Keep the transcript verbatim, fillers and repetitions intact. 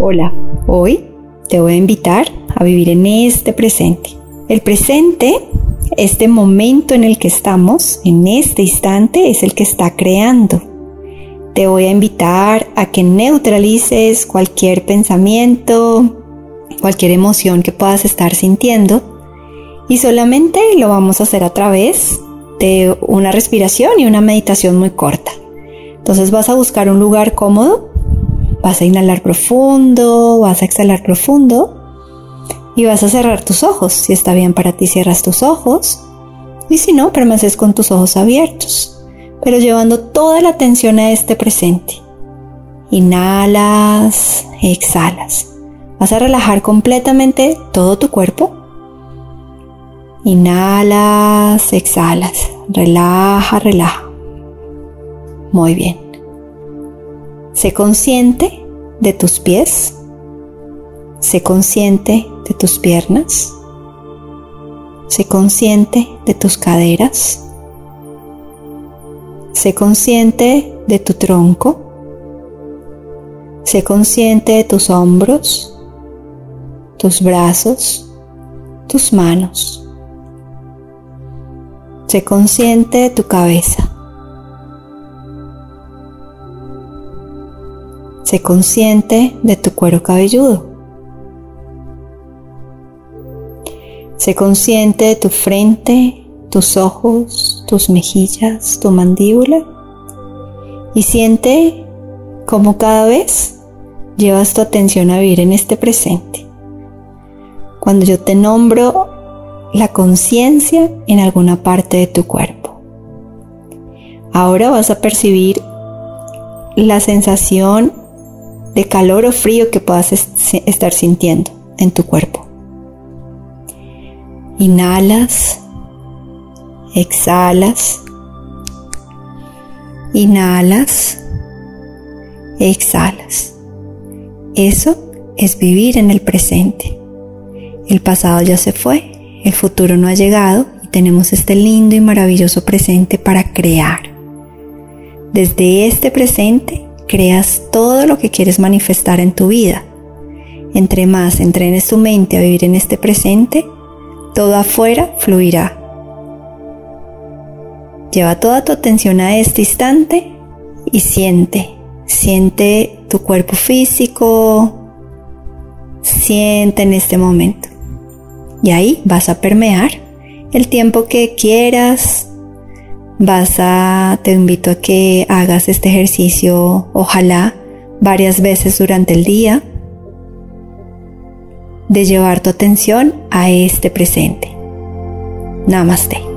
Hola, hoy te voy a invitar a vivir en este presente. El presente, este momento en el que estamos, en este instante, es el que está creando. Te voy a invitar a que neutralices cualquier pensamiento, cualquier emoción que puedas estar sintiendo y solamente lo vamos a hacer a través de una respiración y una meditación muy corta. Entonces vas a buscar un lugar cómodo, vas a inhalar profundo, vas a exhalar profundo y vas a cerrar tus ojos. Si está bien para ti, cierras tus ojos y si no, permaneces con tus ojos abiertos, pero llevando toda la atención a este presente. Inhalas, exhalas. Vas a relajar completamente todo tu cuerpo. Inhalas, exhalas. Relaja, relaja. Muy bien. Sé consciente de tus pies. Sé consciente de tus piernas. Sé consciente de tus caderas. Sé consciente de tu tronco. Sé consciente de tus hombros, tus brazos, tus manos. Sé consciente de tu cabeza. Sé consciente de tu cuero cabelludo. Sé consciente de tu frente, tus ojos, tus mejillas, tu mandíbula. Y siente cómo cada vez llevas tu atención a vivir en este presente. Cuando yo te nombro la conciencia en alguna parte de tu cuerpo. Ahora vas a percibir la sensación de calor o frío que puedas est- estar sintiendo en tu cuerpo. Inhalas, exhalas, inhalas, exhalas. Eso es vivir en el presente. El pasado ya se fue, el futuro no ha llegado y tenemos este lindo y maravilloso presente para crear. Desde este presente creas todo lo que quieres manifestar en tu vida. Entre más entrenes tu mente a vivir en este presente, todo afuera fluirá. Lleva toda tu atención a este instante y siente, siente tu cuerpo físico, siente en este momento. Y ahí vas a permear el tiempo que quieras. Vas a, te invito a que hagas este ejercicio, ojalá, varias veces durante el día, de llevar tu atención a este presente. Namaste.